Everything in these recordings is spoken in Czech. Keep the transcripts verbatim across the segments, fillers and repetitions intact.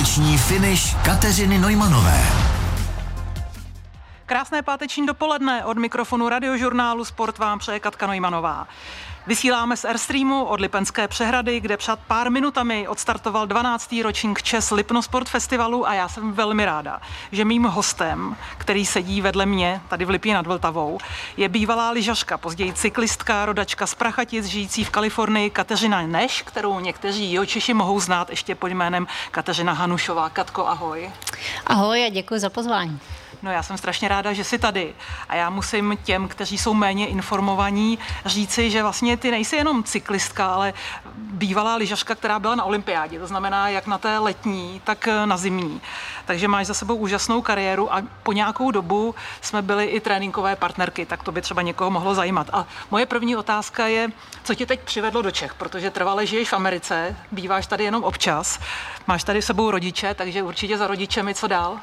Páteční finish Kateřiny Neumanové. Krásné páteční dopoledne, od mikrofonu Radiožurnálu Sport vám přeje Katka Neumannová. Vysíláme z Airstreamu od Lipenské přehrady, kde před pár minutami odstartoval dvanáctý ročník ČES Lipnosport Festivalu a já jsem velmi ráda, že mým hostem, který sedí vedle mě tady v Lipě nad Vltavou, je bývalá lyžařka, později cyklistka, rodačka z Prachatic, žijící v Kalifornii Kateřina Neš, kterou někteří Jihočeši mohou znát ještě pod jménem Kateřina Hanušová. Katko, ahoj. Ahoj a děkuji za pozvání. No, já jsem strašně ráda, že jsi tady a já musím těm, kteří jsou méně informovaní, říci, že vlastně ty nejsi jenom cyklistka, ale bývalá lyžařka, která byla na olympiádě, to znamená jak na té letní, tak na zimní. Takže máš za sebou úžasnou kariéru a po nějakou dobu jsme byli i tréninkové partnerky, tak to by třeba někoho mohlo zajímat. A moje první otázka je, co tě teď přivedlo do Čech, protože trvale žiješ v Americe, býváš tady jenom občas, máš tady s sebou rodiče, takže určitě za rodičemi co dál?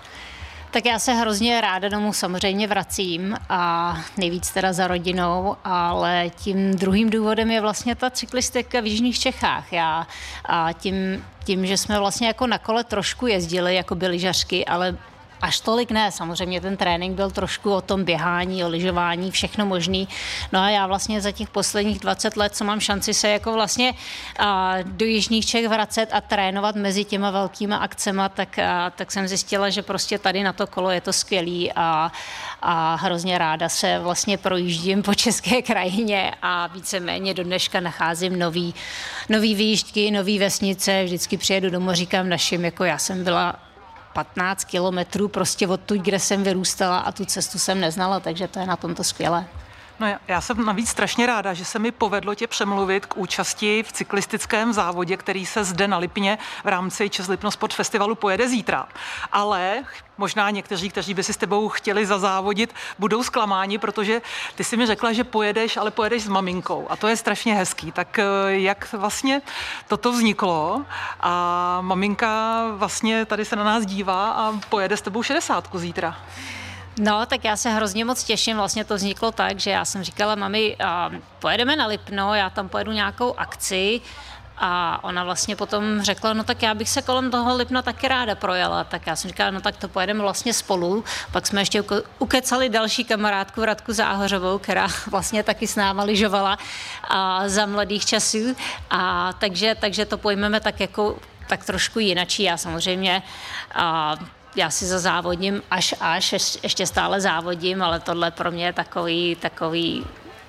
Tak já se hrozně ráda domů samozřejmě vracím a nejvíc teda za rodinou, ale tím druhým důvodem je vlastně ta cyklistika v jižních Čechách. Já a tím, tím, že jsme vlastně jako na kole trošku jezdili jako by lyžařky, ale až tolik ne, samozřejmě ten trénink byl trošku o tom běhání, o lyžování, všechno možný. No a já vlastně za těch posledních dvacet let, co mám šanci se jako vlastně a, do jižních Čech vracet a trénovat mezi těma velkýma akcema, tak, a, tak jsem zjistila, že prostě tady na to kolo je to skvělý a, a hrozně ráda se vlastně projíždím po české krajině a víceméně do dneška nacházím nový, nový výjížďky, nový vesnice, vždycky přijedu domů, říkám našim, jako já jsem byla patnáct kilometrů prostě odtud, kde jsem vyrůstala a tu cestu jsem neznala, takže to je na tomto skvělé. No já, já jsem navíc strašně ráda, že se mi povedlo tě přemluvit k účasti v cyklistickém závodě, který se zde na Lipně v rámci ČES Lipnosport Festivalu pojede zítra. Ale možná někteří, kteří by si s tebou chtěli zazávodit, budou zklamáni, protože ty si mi řekla, že pojedeš, ale pojedeš s maminkou a to je strašně hezký. Tak jak vlastně toto vzniklo a maminka vlastně tady se na nás dívá a pojede s tebou šedesátku zítra? No, tak já se hrozně moc těším, vlastně to vzniklo tak, že já jsem říkala, mami, pojedeme na Lipno, já tam pojedu nějakou akci a ona vlastně potom řekla, no tak já bych se kolem toho Lipna taky ráda projela, tak já jsem říkala, no tak to pojedeme vlastně spolu, pak jsme ještě ukecali další kamarádku Radku Záhořovou, která vlastně taky s náma lyžovala a za mladých časů a takže, takže to pojmeme tak jako tak trošku jinačí, já samozřejmě a já si zazávodím až až, ještě stále závodím, ale tohle pro mě je takový, takový,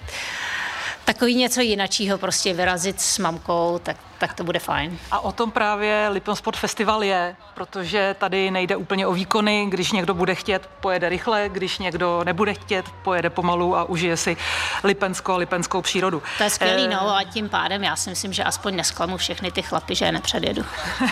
takový něco jinačího, prostě vyrazit s mamkou, tak, tak to bude fajn. A o tom právě Lipnosport Festival je, protože tady nejde úplně o výkony, když někdo bude chtět, pojede rychle, když někdo nebude chtět, pojede pomalu a užije si Lipensko a lipenskou přírodu. To je skvělý, no a tím pádem já si myslím, že aspoň nesklamu všechny ty chlapy, že je nepředjedu.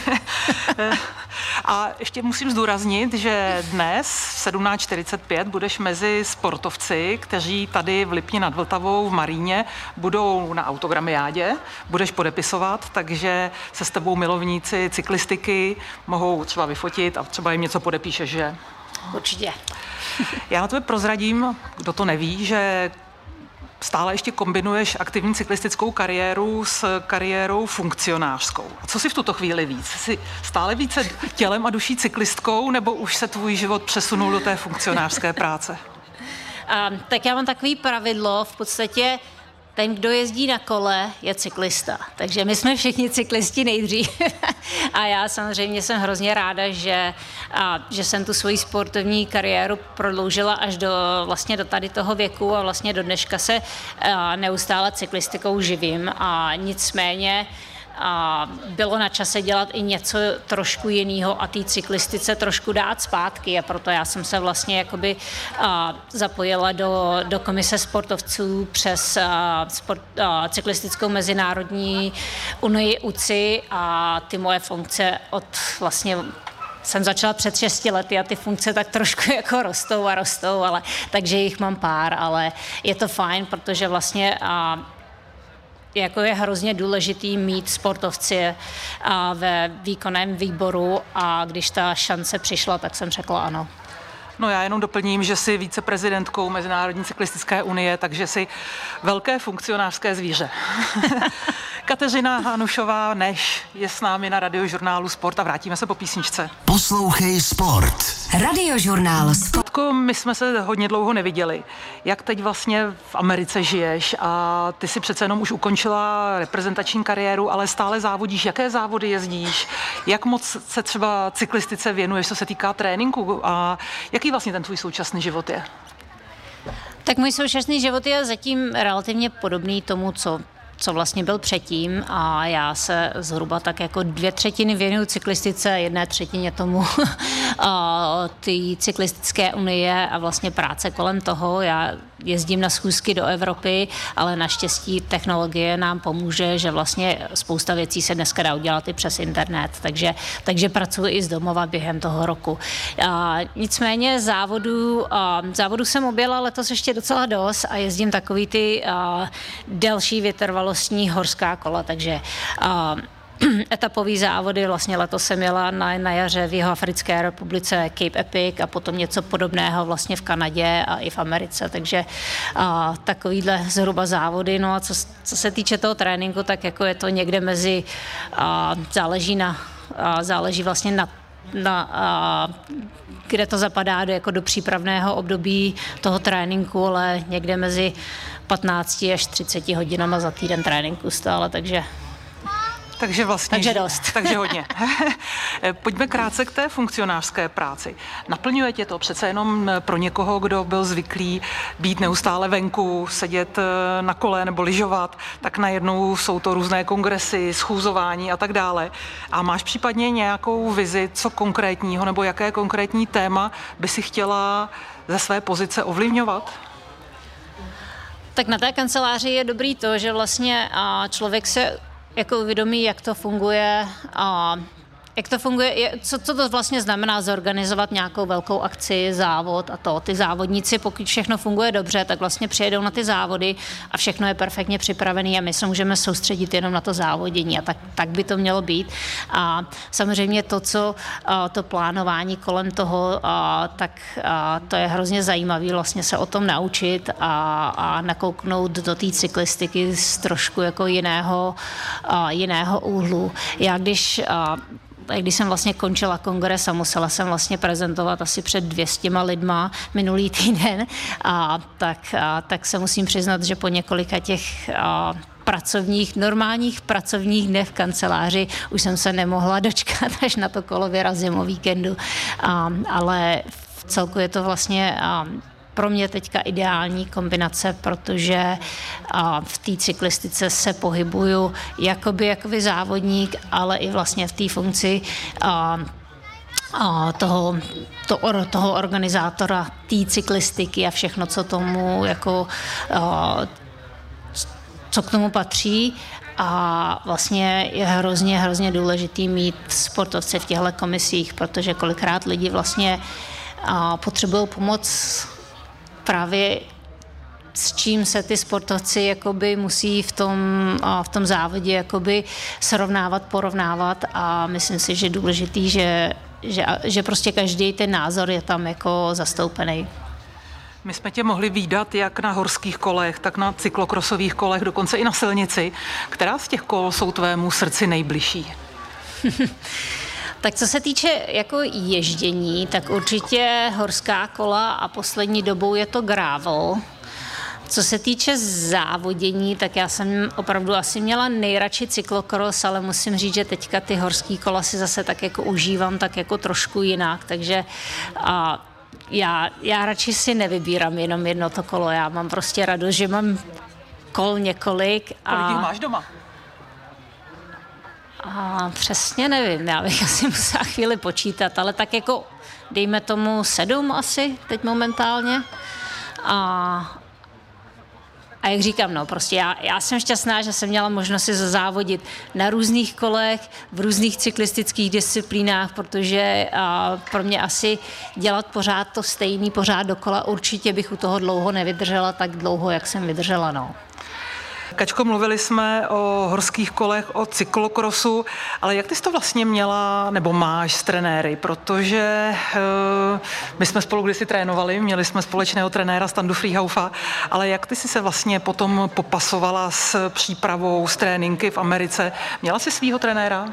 A ještě musím zdůraznit, že dnes v sedmnáct čtyřicet pět budeš mezi sportovci, kteří tady v Lipni nad Vltavou v Maríně budou na autogramiádě, budeš podepisovat, takže se s tebou milovníci cyklistiky mohou třeba vyfotit a třeba jim něco podepíšeš, že? Určitě. Já na tebe prozradím, kdo to neví, že stále ještě kombinuješ aktivní cyklistickou kariéru s kariérou funkcionářskou. A co si v tuto chvíli víc? Jsi stále více tělem a duší cyklistkou, nebo už se tvůj život přesunul do té funkcionářské práce? Um, tak já mám takový pravidlo, v podstatě ten, kdo jezdí na kole, je cyklista. Takže my jsme všichni cyklisti nejdřív. A já samozřejmě jsem hrozně ráda, že, a, že jsem tu svoji sportovní kariéru prodloužila až do, vlastně do tady toho věku a vlastně do dneška se a, neustále cyklistikou živím. A nicméně a bylo na čase dělat i něco trošku jiného a té cyklistice trošku dát zpátky a proto já jsem se vlastně jakoby a, zapojila do, do komise sportovců přes a, sport, a, cyklistickou mezinárodní unii U C I a ty moje funkce od vlastně jsem začala před šesti lety a ty funkce tak trošku jako rostou a rostou, ale takže jich mám pár, ale je to fajn, protože vlastně a, jako je hrozně důležitý mít sportovci a ve výkonném výboru a když ta šance přišla, tak jsem řekla ano. No já jenom doplním, že jsi viceprezidentkou Mezinárodní cyklistické unie, takže jsi velké funkcionářské zvíře. Kateřina Hanušová Neš je s námi na Radiožurnálu Sport a vrátíme se po písničce. Poslouchej Sport. Radiožurnál Sport. My jsme se hodně dlouho neviděli. Jak teď vlastně v Americe žiješ a ty si přece jenom už ukončila reprezentační kariéru, ale stále závodíš. Jaké závody jezdíš? Jak moc se třeba cyklistice věnuješ, co se týká tréninku a jaký vlastně ten tvůj současný život je? Tak můj současný život je zatím relativně podobný tomu, co co vlastně byl předtím a já se zhruba tak jako dvě třetiny věnuju cyklistice, jedné třetině tomu ty cyklistické unie a vlastně práce kolem toho. Já jezdím na schůzky do Evropy, ale naštěstí technologie nám pomůže, že vlastně spousta věcí se dneska dá udělat i přes internet, takže, takže pracuji i z domova během toho roku. A nicméně závodů, a závodů jsem objela letos ještě docela dost a jezdím takový ty a, delší vytrvalostní horská kola, takže a, etapový závody, vlastně letos jsem jela na, na jaře v Jihoafrické republice Cape Epic a potom něco podobného vlastně v Kanadě a i v Americe, takže a, takovýhle zhruba závody. No a co, co se týče toho tréninku, tak jako je to někde mezi, a, záleží na, a, záleží vlastně na Na, a, kde to zapadá do, jako do přípravného období toho tréninku, ale někde mezi patnácti až třiceti hodinama za týden tréninku stále, takže Takže vlastně... Takže dost. Takže hodně. Pojďme krátce k té funkcionářské práci. Naplňuje tě to přece jenom pro někoho, kdo byl zvyklý být neustále venku, sedět na kole nebo lyžovat, tak najednou jsou to různé kongresy, schůzování a tak dále. A máš případně nějakou vizi, co konkrétního nebo jaké konkrétní téma by si chtěla ze své pozice ovlivňovat? Tak na té kanceláři je dobrý to, že vlastně člověk se jako uvědomí, jak to funguje a jak to funguje, co, co to vlastně znamená zorganizovat nějakou velkou akci, závod a to. Ty závodníci, pokud všechno funguje dobře, tak vlastně přijedou na ty závody a všechno je perfektně připravené a my se můžeme soustředit jenom na to závodění a tak, tak by to mělo být. A samozřejmě to, co to plánování kolem toho, tak to je hrozně zajímavé vlastně se o tom naučit a, a nakouknout do té cyklistiky z trošku jako jiného, jiného úhlu. Já když Když jsem vlastně končila kongres a musela jsem vlastně prezentovat asi před dvěstěma lidma minulý týden, a tak, a, tak se musím přiznat, že po několika těch a, pracovních, normálních pracovních dnech v kanceláři už jsem se nemohla dočkat, až na to kolo vyrazím o víkendu. A, ale v celku je to vlastně a, pro mě teďka ideální kombinace, protože v té cyklistice se pohybuju jakoby, jakoby závodník, ale i vlastně v té funkci a, a toho, to, toho organizátora té cyklistiky a všechno, co tomu jako, a, co k tomu patří. A vlastně je hrozně, hrozně důležitý mít sportovce v těchto komisích, protože kolikrát lidi vlastně potřebují pomoc právě s čím se ty sportovci jakoby musí v tom, v tom závodě jakoby srovnávat, porovnávat a myslím si, že je důležitý, že, že, že prostě každý ten názor je tam jako zastoupený. My jsme tě mohli vídat jak na horských kolech, tak na cyklokrosových kolech, dokonce i na silnici. Která z těch kol jsou tvému srdci nejbližší? Tak co se týče jako ježdění, tak určitě horská kola a poslední dobou je to gravel. Co se týče závodění, tak já jsem opravdu asi měla nejradši cyklokros, ale musím říct, že teďka ty horský kola si zase tak jako užívám tak jako trošku jinak, takže a já, já radši si nevybírám jenom jedno to kolo, já mám prostě radost, že mám kol několik. A kolik jich máš doma? A přesně nevím, já bych asi musela chvíli počítat, ale tak jako dejme tomu sedm asi teď momentálně. A, a jak říkám, no prostě já, já jsem šťastná, že jsem měla možnost si závodit na různých kolech, v různých cyklistických disciplínách, protože a, pro mě asi dělat pořád to stejný, pořád dokola, určitě bych u toho dlouho nevydržela tak dlouho, jak jsem vydržela, no. Kačko, mluvili jsme o horských kolech, o cyklokrosu, ale jak ty jsi to vlastně měla, nebo máš s trenéry, protože uh, my jsme spolu kdysi trénovali, měli jsme společného trenéra Standu Freehaufa, ale jak ty jsi se vlastně potom popasovala s přípravou, s tréninky v Americe? Měla jsi svýho trenéra?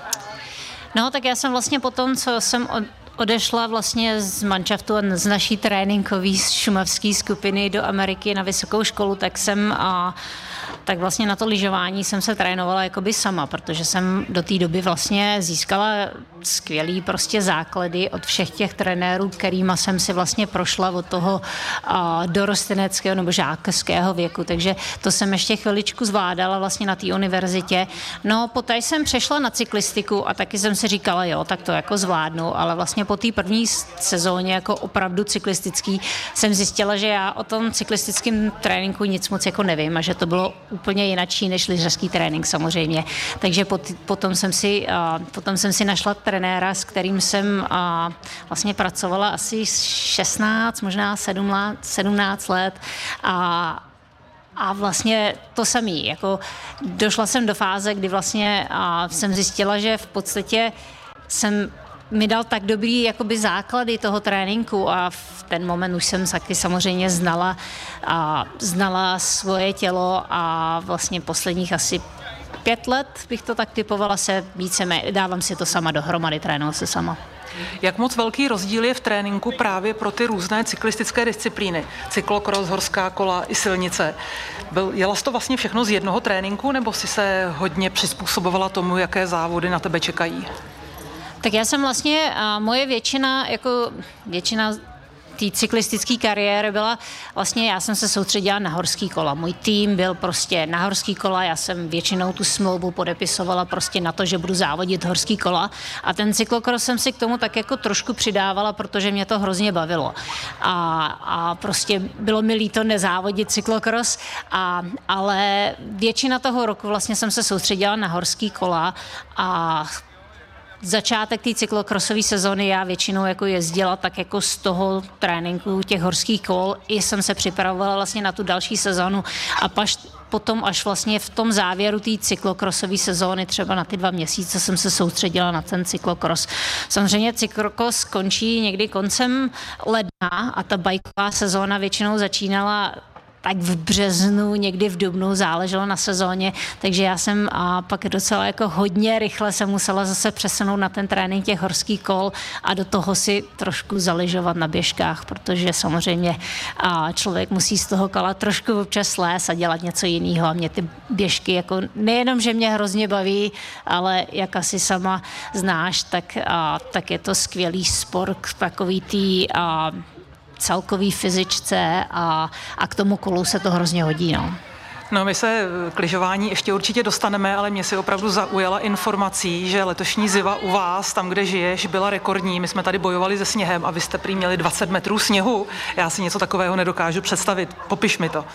No, tak já jsem vlastně potom, co jsem od odešla vlastně z manšaftu a z naší tréninkové šumavské skupiny do Ameriky na vysokou školu, tak jsem a tak vlastně na to lyžování jsem se trénovala jakoby sama, protože jsem do té doby vlastně získala skvělý prostě základy od všech těch trenérů, kterýma jsem si vlastně prošla od toho a, dorosteneckého nebo žákovského věku, takže to jsem ještě chviličku zvládala vlastně na té univerzitě. No, poté jsem přešla na cyklistiku a taky jsem si říkala, jo, tak to jako zvládnu, ale vlastně po té první sezóně jako opravdu cyklistický jsem zjistila, že já o tom cyklistickém tréninku nic moc jako nevím a že to bylo úplně jinačí než lyžařský trénink samozřejmě. Takže pot, potom, jsem si, uh, potom jsem si našla trenéra, s kterým jsem uh, vlastně pracovala asi šestnáct, možná sedmnáct let a A vlastně to samý, jako došla jsem do fáze, kdy vlastně uh, jsem zjistila, že v podstatě jsem mi dal tak dobrý jakoby základy toho tréninku a v ten moment už jsem taky samozřejmě znala, a znala svoje tělo a vlastně posledních asi pět let bych to tak typovala se více, dávám si to sama dohromady, trénuji se sama. Jak moc velký rozdíl je v tréninku právě pro ty různé cyklistické disciplíny? Cyklokros, horská kola i silnice. Byl, jela jsi to vlastně všechno z jednoho tréninku, nebo si se hodně přizpůsobovala tomu, jaké závody na tebe čekají? Tak já jsem vlastně, a moje většina, jako většina té cyklistické kariéry byla, vlastně já jsem se soustředila na horský kola. Můj tým byl prostě na horský kola, já jsem většinou tu smlouvu podepisovala prostě na to, že budu závodit horský kola a ten cyklokros jsem si k tomu tak jako trošku přidávala, protože mě to hrozně bavilo. A, a prostě bylo mi líto nezávodit cyklokros, a, ale většina toho roku vlastně jsem se soustředila na horský kola a začátek té cyklokrosové sezóny já většinou jako jezdila tak jako z toho tréninku těch horských kol i jsem se připravovala vlastně na tu další sezónu a paž, potom až vlastně v tom závěru té cyklokrosové sezóny třeba na ty dva měsíce jsem se soustředila na ten cyklokros. Samozřejmě cyklokros skončí někdy koncem ledna a ta bajková sezóna většinou začínala tak v březnu, někdy v dubnu, záleželo na sezóně, takže já jsem a pak docela jako hodně rychle se musela zase přesunout na ten trénink těch horských kol a do toho si trošku zaližovat na běžkách, protože samozřejmě a člověk musí z toho kola trošku občas slézt a dělat něco jiného a mě ty běžky jako nejenom, že mě hrozně baví, ale jak asi sama znáš, tak, a, tak je to skvělý sport, takový tý a, celkový fyzičce a, a k tomu kolu se to hrozně hodí. No. No, my se k lyžování ještě určitě dostaneme, ale mě si opravdu zaujala informací, že letošní ziva u vás, tam, kde žiješ, byla rekordní. My jsme tady bojovali se sněhem a vy jste prý měli dvacet metrů sněhu. Já si něco takového nedokážu představit. Popiš mi to.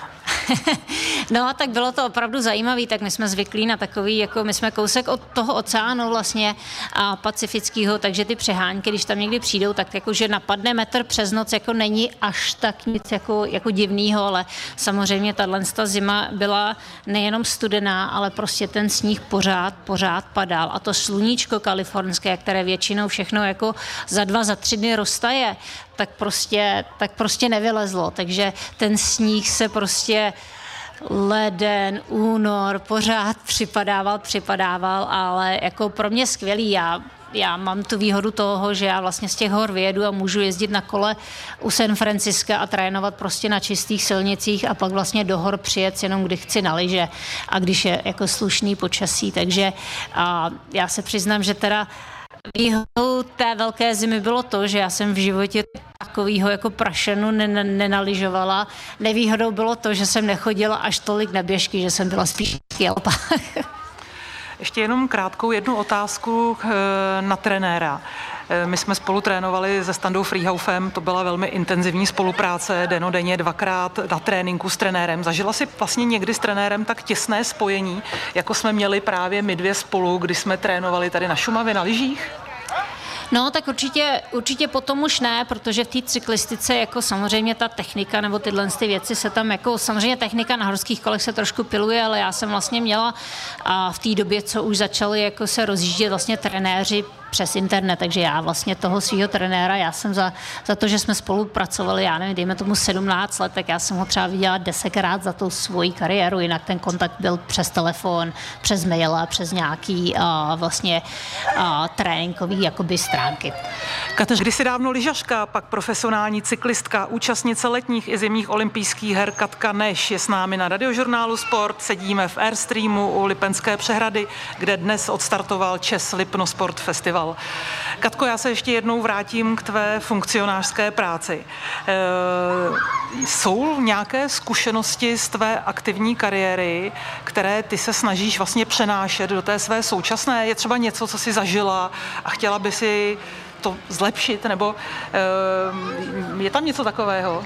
No, tak bylo to opravdu zajímavé, tak my jsme zvyklí na takový, jako my jsme kousek od toho oceánu vlastně a pacifického, takže ty přehánky, když tam někdy přijdou, tak jakože napadne metr přes noc, jako není až tak nic jako, jako divného, ale samozřejmě tato zima byla nejenom studená, ale prostě ten sníh pořád, pořád padal a to sluníčko kalifornské, které většinou všechno jako za dva, za tři dny roztaje, tak prostě, tak prostě nevylezlo, takže ten sníh se prostě leden, únor, pořád připadával, připadával, ale jako pro mě skvělý. Já, já mám tu výhodu toho, že já vlastně z těch hor vyjedu a můžu jezdit na kole u San Franciska a trénovat prostě na čistých silnicích a pak vlastně do hor přijet jenom, kdy chci na lyže a když je jako slušný počasí. Takže a já se přiznám, že teda výhodou té velké zimy bylo to, že já jsem v životě takovýho jako prašenu nenaližovala. Nevýhodou bylo to, že jsem nechodila až tolik na běžky, že jsem byla spíš v Alpách. Ještě jenom krátkou jednu otázku na trenéra. My jsme spolu trénovali se Standou Freehaufem, to byla velmi intenzivní spolupráce, denodenně dvakrát na tréninku s trenérem. Zažila si vlastně někdy s trenérem tak těsné spojení, jako jsme měli právě my dvě spolu, když jsme trénovali tady na Šumavě na lyžích? No, tak určitě, určitě potom už ne, protože v té cyklistice jako samozřejmě ta technika nebo tyhle ty věci se tam jako, samozřejmě technika na horských kolech se trošku piluje, ale já jsem vlastně měla a v té době, co už začali jako se rozjíždět vlastně trenéři přes internet, takže já vlastně toho svého trenéra, já jsem za, za to, že jsme spolupracovali, já nevím, dejme tomu sedmnáct let, tak já jsem ho třeba viděla desetkrát za tou svoji kariéru, jinak ten kontakt byl přes telefon, přes mail a přes nějaký a, vlastně a, tréninkový jakoby stránky. Kateř, kdysi dávno lyžařka, pak profesionální cyklistka, účastnice letních i zimních olympijských her Katka Neš je s námi na Radiožurnálu Sport, sedíme v Airstreamu u Lipenské přehrady, kde dnes odstartoval Čes Lipno Sport Festival. Katko, já se ještě jednou vrátím k tvé funkcionářské práci. E, jsou nějaké zkušenosti z tvé aktivní kariéry, které ty se snažíš vlastně přenášet do té své současné? Je třeba něco, co jsi zažila a chtěla by si to zlepšit, nebo e, je tam něco takového?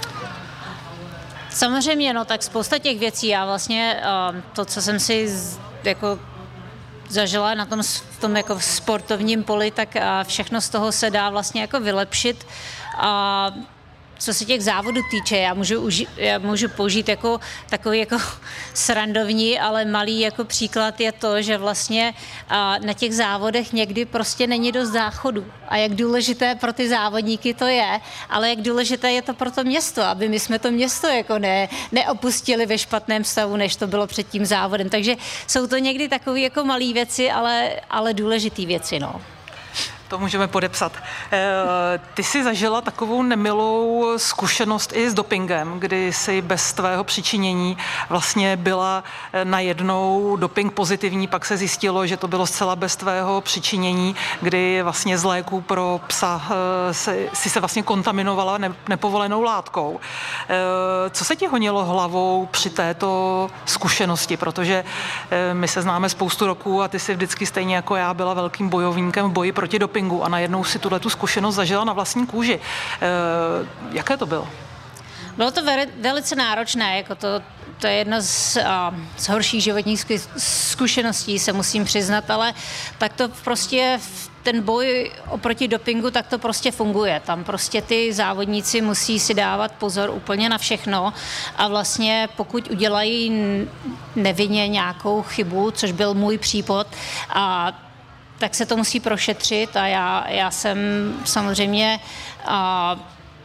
Samozřejmě, no tak spousta těch věcí. Já vlastně to, co jsem si jako zažila na tom, v tom jako sportovním poli, tak všechno z toho se dá vlastně jako vylepšit. A co se těch závodů týče, já můžu, uži, já můžu použít jako takový jako srandovní, ale malý jako příklad je to, že vlastně na těch závodech někdy prostě není dost záchodu. A jak důležité pro ty závodníky to je, ale jak důležité je to pro to město, aby my jsme to město jako ne, neopustili ve špatném stavu, než to bylo před tím závodem. Takže jsou to někdy takové jako malé věci, ale, ale důležité věci, no. To můžeme podepsat. Ty jsi zažila takovou nemilou zkušenost i s dopingem, kdy jsi bez tvého přičinění vlastně byla najednou doping pozitivní, pak se zjistilo, že to bylo zcela bez tvého přičinění, kdy vlastně z léků pro psa si se vlastně kontaminovala nepovolenou látkou. Co se ti honilo hlavou při této zkušenosti? Protože my se známe spoustu roků a ty jsi vždycky stejně jako já byla velkým bojovníkem v boji proti dopingu a najednou si tuhletu zkušenost zažila na vlastní kůži. E, jaké to bylo? Bylo to veli, velice náročné, jako to, to je jedna z, a, z horších životních zkušeností, se musím přiznat, ale tak to prostě ten boj oproti dopingu, tak to prostě funguje. Tam prostě ty závodníci musí si dávat pozor úplně na všechno a vlastně pokud udělají nevinně nějakou chybu, což byl můj případ, a tak se to musí prošetřit a já, já jsem samozřejmě a,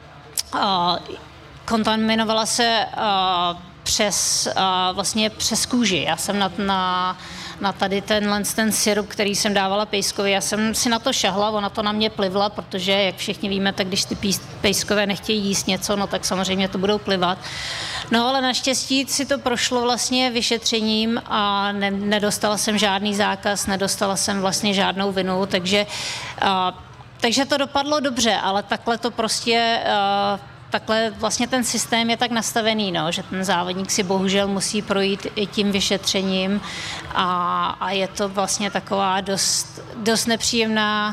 a, kontaminovala se a, přes, a, vlastně přes kůži. Já jsem na, na, na tady tenhle ten syrup, který jsem dávala pejskovi, já jsem si na to šahla, ona to na mě plivla, protože, jak všichni víme, tak když ty pejskové nechtějí jíst něco, no tak samozřejmě to budou plivat. No ale naštěstí si to prošlo vlastně vyšetřením a ne, nedostala jsem žádný zákaz, nedostala jsem vlastně žádnou vinu, takže, a, takže to dopadlo dobře, ale takhle to prostě... A, takhle vlastně ten systém je tak nastavený, no, že ten závodník si bohužel musí projít i tím vyšetřením a, a je to vlastně taková dost, dost nepříjemná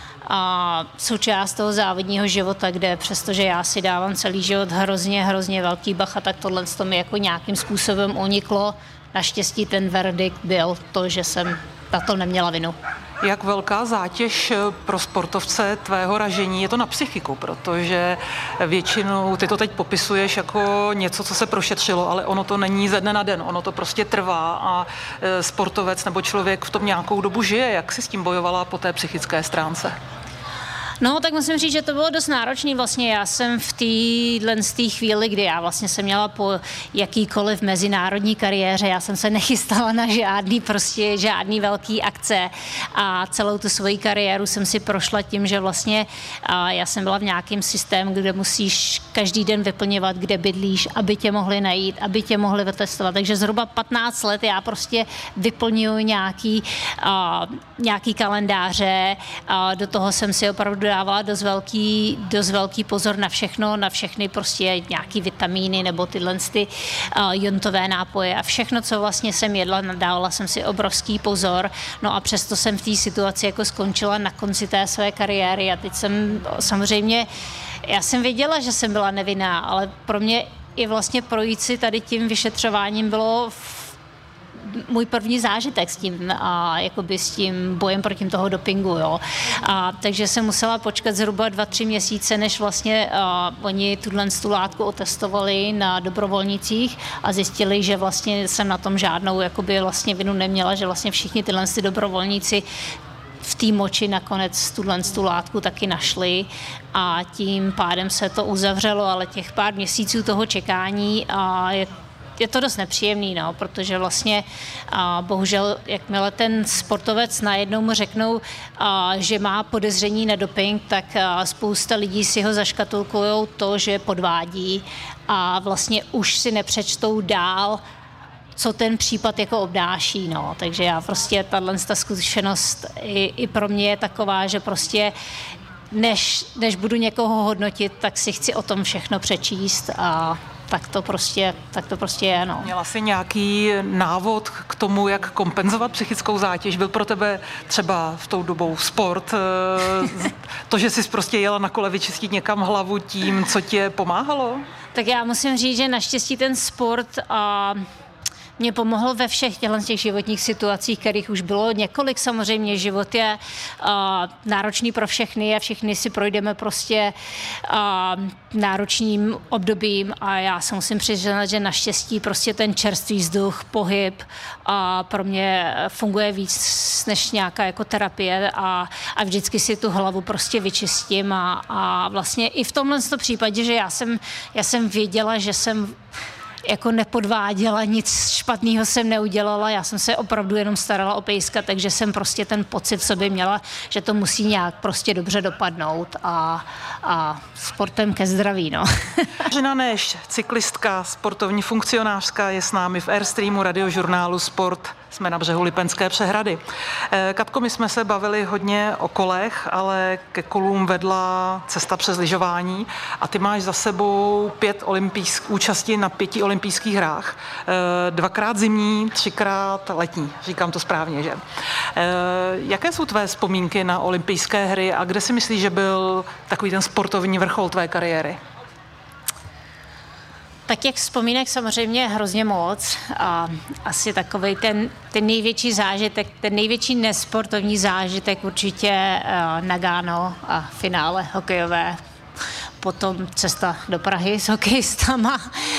a součást toho závodního života, kde přestože já si dávám celý život hrozně, hrozně velký bacha, tak tohle to mi jako nějakým způsobem uniklo. Naštěstí ten verdikt byl to, že jsem na to neměla vinu. Jak velká zátěž pro sportovce tvého ražení je to na psychiku, protože většinou ty to teď popisuješ jako něco, co se prošetřilo, ale ono to není ze dne na den, ono to prostě trvá a sportovec nebo člověk v tom nějakou dobu žije. Jak jsi s tím bojovala po té psychické stránce? No, tak musím říct, že to bylo dost náročný. Vlastně já jsem v téhle z té chvíli, kdy já vlastně jsem měla po jakýkoliv mezinárodní kariéře, já jsem se nechystala na žádný prostě, žádný velký akce a celou tu svoji kariéru jsem si prošla tím, že vlastně a já jsem byla v nějakém systému, kde musíš každý den vyplňovat, kde bydlíš, aby tě mohli najít, aby tě mohli vytestovat. Takže zhruba patnáct let já prostě vyplňuji nějaký, a, nějaký kalendáře a do toho jsem si opravdu dávala dost velký, dost velký pozor na všechno, na všechny prostě nějaký vitamíny nebo tyhle ty uh, jontové nápoje a všechno, co vlastně jsem jedla, dávala jsem si obrovský pozor. No a přesto jsem v té situaci jako skončila na konci té své kariéry a teď jsem samozřejmě, já jsem věděla, že jsem byla nevinná, ale pro mě i vlastně projít si tady tím vyšetřováním bylo můj první zážitek s tím, a, jakoby s tím bojem proti toho dopingu, jo. A, takže jsem musela počkat zhruba dva, tři měsíce, než vlastně a, oni tuhle tu látku otestovali na dobrovolnících a zjistili, že vlastně jsem na tom žádnou jakoby vlastně vinu neměla, že vlastně všichni tyhle ty dobrovolníci v té moči nakonec tuhle tu látku taky našli a tím pádem se to uzavřelo, ale těch pár měsíců toho čekání a je Je to dost nepříjemný, no, protože vlastně a bohužel, jakmile ten sportovec najednou mu řeknou, a, že má podezření na doping, tak a, spousta lidí si ho zaškatulkujou to, že podvádí a vlastně už si nepřečtou dál, co ten případ jako obnáší, no. Takže já prostě, tahle zkušenost i, i pro mě je taková, že prostě než, než budu někoho hodnotit, tak si chci o tom všechno přečíst a tak to prostě, tak to prostě je, no. Měla jsi nějaký návod k tomu, jak kompenzovat psychickou zátěž? Byl pro tebe třeba v tou dobou sport, to, že jsi prostě jela na kole vyčistit někam hlavu tím, co tě pomáhalo? Tak já musím říct, že naštěstí ten sport a mě pomohlo ve všech těch životních situacích, kterých už bylo několik. Samozřejmě život je uh, náročný pro všechny a všichni si projdeme prostě uh, náročným obdobím a já se musím přiznat, že naštěstí prostě ten čerstvý vzduch, pohyb a pro mě funguje víc než nějaká jako terapie a, a vždycky si tu hlavu prostě vyčistím a, a vlastně i v tomhle případě, že já jsem, já jsem věděla, že jsem jako nepodváděla, nic špatného jsem neudělala, já jsem se opravdu jenom starala o pejska, takže jsem prostě ten pocit v sobě měla, že to musí nějak prostě dobře dopadnout a, a sportem ke zdraví, no. Žena Neš, cyklistka, sportovní funkcionářka, je s námi v Airstreamu radiožurnálu Sport. Jsme na břehu Lipenské přehrady. Katko, my jsme se bavili hodně o kolech, ale ke kolům vedla cesta přes lyžování a ty máš za sebou pět olympijsk, účastí na pěti olympijských hrách. Dvakrát zimní, třikrát letní. Říkám to správně, že? Jaké jsou tvé vzpomínky na olympijské hry a kde si myslíš, že byl takový ten sportovní vrchol tvé kariéry? Tak těch vzpomínek samozřejmě hrozně moc a asi takovej ten, ten největší zážitek, ten největší nesportovní zážitek určitě uh, Nagano a finále hokejové, potom cesta do Prahy s hokejistama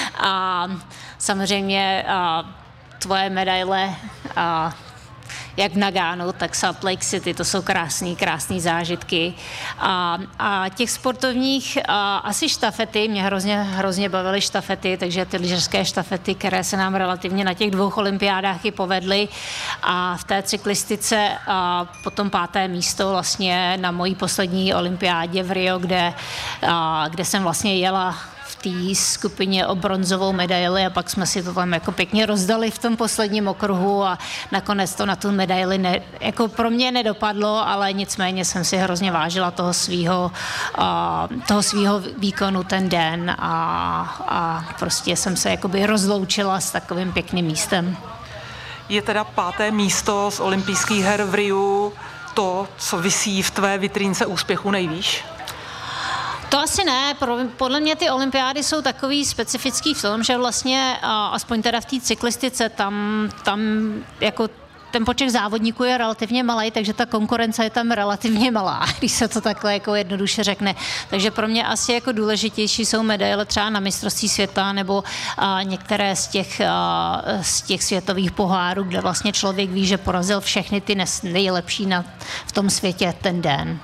a samozřejmě uh, tvoje medaile uh, jak v Nagano, tak Salt Lake City, to jsou krásný, krásný zážitky. A, a těch sportovních a, asi štafety, mě hrozně, hrozně bavily štafety, takže ty lyžařské štafety, které se nám relativně na těch dvou olympiádách i povedly. A v té cyklistice a potom páté místo vlastně na mojí poslední olympiádě v Rio, kde, a, kde jsem vlastně jela té skupině o bronzovou medaili a pak jsme si to tam jako pěkně rozdali v tom posledním okruhu a nakonec to na tu medaili ne, jako pro mě nedopadlo, ale nicméně jsem si hrozně vážila toho svýho, uh, toho svýho výkonu ten den a, a prostě jsem se jakoby rozloučila s takovým pěkným místem. Je teda páté místo z olympijských her v Riu to, co visí v tvé vitrínce úspěchu nejvýš? To asi ne, podle mě ty olympiády jsou takový specifický v tom, že vlastně aspoň teda v té cyklistice tam, tam jako ten počet závodníků je relativně malý, takže ta konkurence je tam relativně malá, když se to takhle jako jednoduše řekne. Takže pro mě asi jako důležitější jsou medaile třeba na mistrovství světa nebo a, některé z těch, a, z těch světových pohárů, kde vlastně člověk ví, že porazil všechny ty nejlepší na, v tom světě ten den.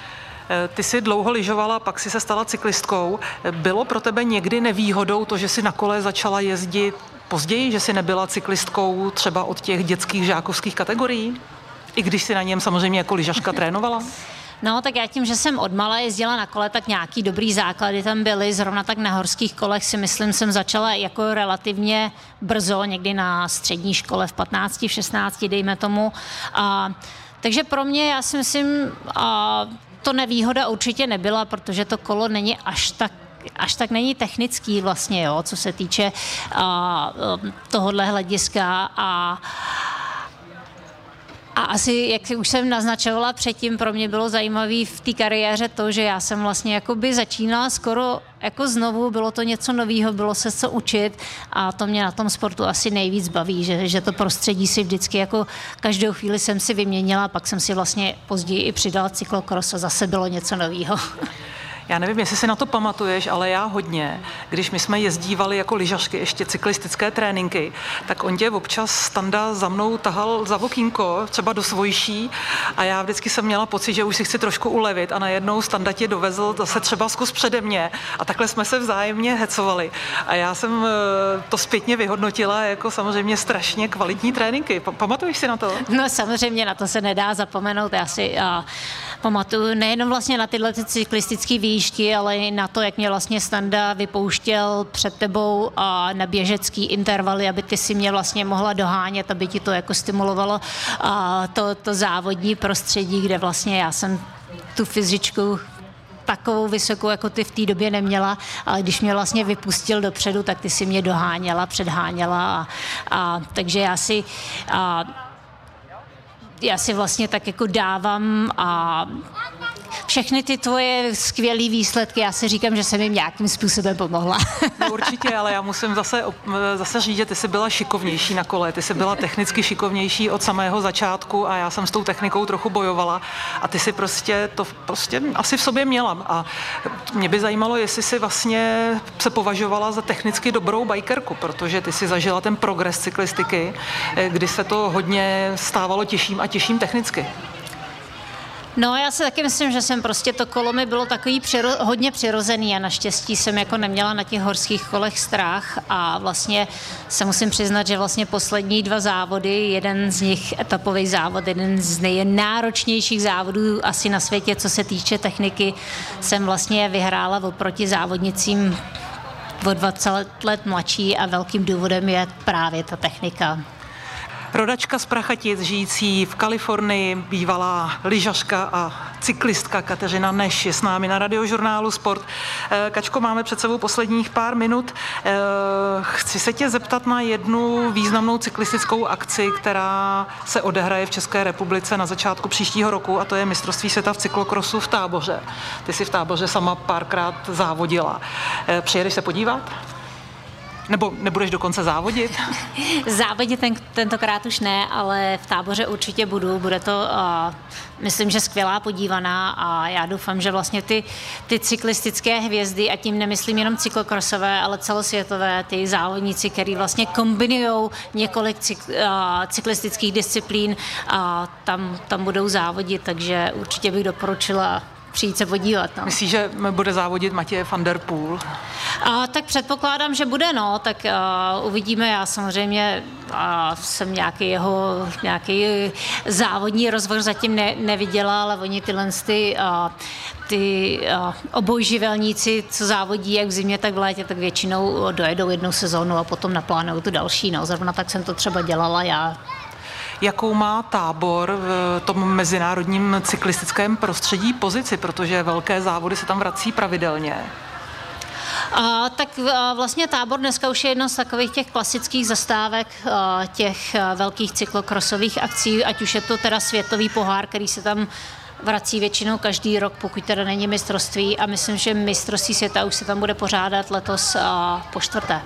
Ty jsi dlouho lyžovala, pak si se stala cyklistkou. Bylo pro tebe někdy nevýhodou to, že jsi na kole začala jezdit později, že jsi nebyla cyklistkou třeba od těch dětských žákovských kategorií? I když jsi na něm samozřejmě jako lyžařka trénovala? No, tak já tím, že jsem odmala jezdila na kole, tak nějaký dobrý základy tam byly. Zrovna tak na horských kolech si myslím, jsem začala jako relativně brzo, někdy na střední škole v patnácti, v šestnácti, dejme tomu. A, takže pro mě, já si myslím, a, to nevýhoda určitě nebyla, protože to kolo není až tak až tak není technický vlastně, jo, co se týče uh, tohohle hlediska a A asi, jak už jsem naznačovala předtím, pro mě bylo zajímavé v té kariéře to, že já jsem vlastně jakoby začínala skoro jako znovu, bylo to něco nového, bylo se co učit a to mě na tom sportu asi nejvíc baví, že, že to prostředí si vždycky jako každou chvíli jsem si vyměnila, pak jsem si vlastně později i přidala cyklokros a zase bylo něco nového. Já nevím, jestli si na to pamatuješ, ale já hodně. Když my jsme jezdívali jako lyžařky ještě cyklistické tréninky, tak on tě občas Standa za mnou tahal za okýnko, třeba do Svojší a já vždycky jsem měla pocit, že už si chci trošku ulevit a najednou Standa tě dovezl zase třeba zkus přede mě a takhle jsme se vzájemně hecovali. A já jsem to zpětně vyhodnotila jako samozřejmě strašně kvalitní tréninky. Pamatuješ si na to? No samozřejmě na to se nedá zapomenout. Já si a, pamatuju nejenom vlastně na tyhle ty cyklistické výšky, ale i na to, jak mě vlastně Standa vypouštěl před tebou a na běžecký intervaly, aby ty si mě vlastně mohla dohánět, aby ti to jako stimulovalo a to, to závodní prostředí, kde vlastně já jsem tu fyzičku takovou vysokou, jako ty v té době neměla, ale když mě vlastně vypustil dopředu, tak ty si mě doháněla, předháněla a, a takže já si a, já si vlastně tak jako dávám a všechny ty tvoje skvělé výsledky, já si říkám, že jsem jim nějakým způsobem pomohla. No určitě, ale já musím zase, zase říct, že ty jsi byla šikovnější na kole, ty jsi byla technicky šikovnější od samého začátku a já jsem s tou technikou trochu bojovala a ty si prostě to prostě asi v sobě měla. A mě by zajímalo, jestli si vlastně se považovala za technicky dobrou bajkerku, protože ty si zažila ten progres cyklistiky, kdy se to hodně stávalo těžším a těžším technicky. No, já si taky myslím, že jsem prostě to kolo mi bylo takový přiro, hodně přirozený a naštěstí jsem jako neměla na těch horských kolech strach a vlastně se musím přiznat, že vlastně poslední dva závody, jeden z nich etapový závod, jeden z nejnáročnějších závodů asi na světě, co se týče techniky, jsem vlastně vyhrála oproti závodnicím o dvacet let mladší a velkým důvodem je právě ta technika. Rodačka z Prachatic, žijící v Kalifornii, bývalá lyžařka a cyklistka Kateřina Neš je s námi na Radiožurnálu Sport. Kačko, máme před sebou posledních pár minut. Chci se tě zeptat na jednu významnou cyklistickou akci, která se odehraje v České republice na začátku příštího roku a to je mistrovství světa v cyklokrosu v Táboře. Ty jsi v Táboře sama párkrát závodila. Přijedeš se podívat? Nebo nebudeš dokonce závodit? Závodit ten, tentokrát už ne, ale v Táboře určitě budu. Bude to, uh, myslím, že skvělá podívaná a já doufám, že vlastně ty, ty cyklistické hvězdy, a tím nemyslím jenom cyklokrosové, ale celosvětové, ty závodníci, který vlastně kombinujou několik cyk, uh, cyklistických disciplín a tam, tam budou závodit, takže určitě bych doporučila přijít se podívat. No. Myslíš, že bude závodit Matěj van der Poel? A, tak předpokládám, že bude, no, tak uh, uvidíme, já samozřejmě uh, jsem nějaký jeho nějaký závodní rozvrh zatím ne, neviděla, ale oni tyhle ty, uh, ty uh, obojživelníci, co závodí jak v zimě, tak v létě, tak většinou dojedou jednu sezónu a potom naplánují tu další, no, zrovna tak jsem to třeba dělala já. Jakou má Tábor v tom mezinárodním cyklistickém prostředí pozici, protože velké závody se tam vrací pravidelně? A, tak a, vlastně Tábor dneska už je jedno z takových těch klasických zastávek a, těch a, velkých cyklokrosových akcí, ať už je to teda světový pohár, který se tam vrací většinou každý rok, pokud teda není mistrovství a myslím, že mistrovství světa už se tam bude pořádat letos a, po čtvrté.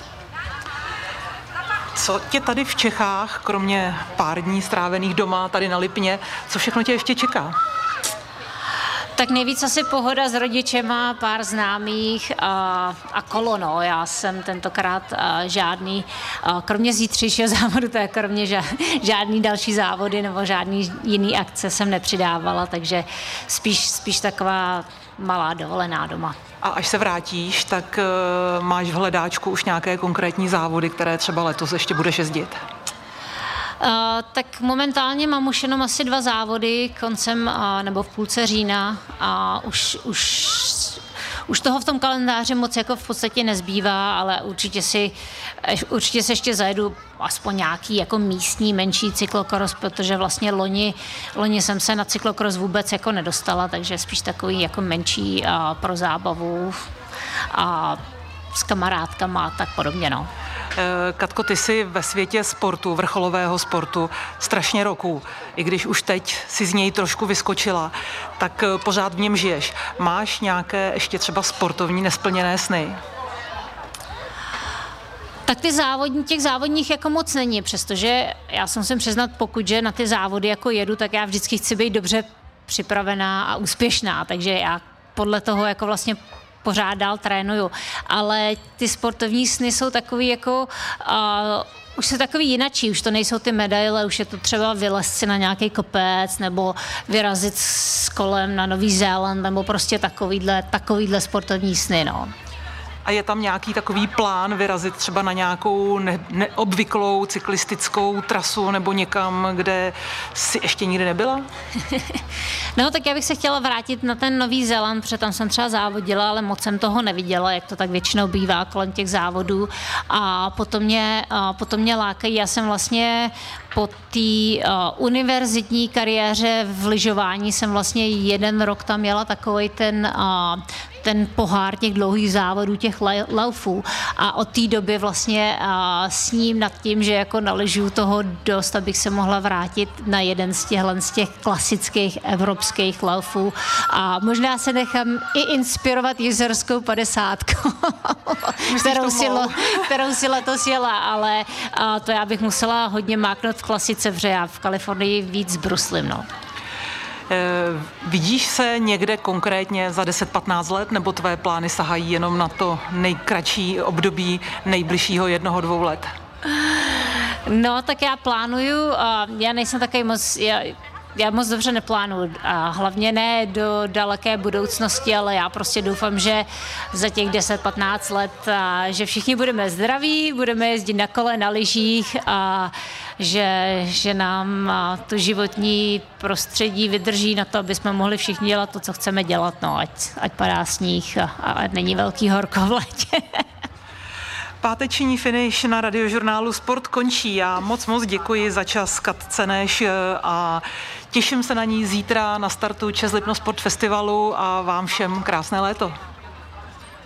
Co tě tady v Čechách, kromě pár dní strávených doma tady na Lipně, co všechno tě ještě čeká? Tak nejvíc asi pohoda s rodičema, pár známých a, a kolo, no. Já jsem tentokrát a, žádný, a, kromě zítřejšího závodu, to je kromě ža, žádný další závody nebo žádný jiný akce jsem nepřidávala, takže spíš, spíš taková malá dovolená doma. A až se vrátíš, tak uh, máš v hledáčku už nějaké konkrétní závody, které třeba letos ještě budeš jezdit? Uh, tak momentálně mám už jenom asi dva závody koncem uh, nebo v půlce října a už, už, už toho v tom kalendáři moc jako v podstatě nezbývá, ale určitě si určitě se ještě zajedu aspoň nějaký jako místní menší cyklokros, protože vlastně loni, loni jsem se na cyklokros vůbec jako nedostala, takže spíš takový jako menší uh, pro zábavu a s kamarádkama a tak podobně, no. Katko, ty jsi ve světě sportu, vrcholového sportu, strašně roků. I když už teď si z něj trošku vyskočila, tak pořád v něm žiješ. Máš nějaké ještě třeba sportovní nesplněné sny? Tak ty závodní, těch závodních jako moc není, přestože já jsem musím přiznat, pokud že na ty závody jako jedu, tak já vždycky chci být dobře připravená a úspěšná, takže já podle toho jako vlastně pořád dál trénuju. Ale ty sportovní sny jsou takový jako, uh, už jsou takový jinačí, už to nejsou ty medaile, už je to třeba vylézt si na nějaký kopec nebo vyrazit s kolem na Nový Zéland nebo prostě takovýhle, takovýhle sportovní sny, no. A je tam nějaký takový plán vyrazit třeba na nějakou ne- neobvyklou cyklistickou trasu nebo někam, kde jsi ještě nikdy nebyla? No, tak já bych se chtěla vrátit na ten Nový Zéland, protože tam jsem třeba závodila, ale moc jsem toho neviděla, jak to tak většinou bývá kolem těch závodů. A potom mě, a potom mě lákají, já jsem vlastně po té uh, univerzitní kariéře v lyžování jsem vlastně jeden rok tam jela takovej ten uh, ten pohár těch dlouhých závodů, těch laufů. A od té doby vlastně a, sním nad tím, že jako naližuju toho dost, abych se mohla vrátit na jeden z těchhle z těch klasických evropských laufů. A možná se nechám i inspirovat jezerskou padesátkou, kterou, si lo, kterou si letos jela, ale a, to já bych musela hodně máknout v klasice, protože já v Kalifornii víc bruslím, no. Vidíš se někde konkrétně za deset patnáct let, nebo tvé plány sahají jenom na to nejkratší období nejbližšího jednoho, dvou let? No, tak já plánuju, já nejsem takový moc, já, já moc dobře neplánuju a hlavně ne do daleké budoucnosti, ale já prostě doufám, že za těch deset patnáct let, a, že všichni budeme zdraví, budeme jezdit na kole, na lyžích a že, že nám a, to životní prostředí vydrží na to, aby jsme mohli všichni dělat to, co chceme dělat, no, ať, ať padá sníh a, a není velký horko v létě. Páteční finish na Radiožurnálu Sport končí. Já moc moc děkuji za čas Katce Neš a těším se na ní zítra na startu Čes Lipno Sport Festivalu a vám všem krásné léto.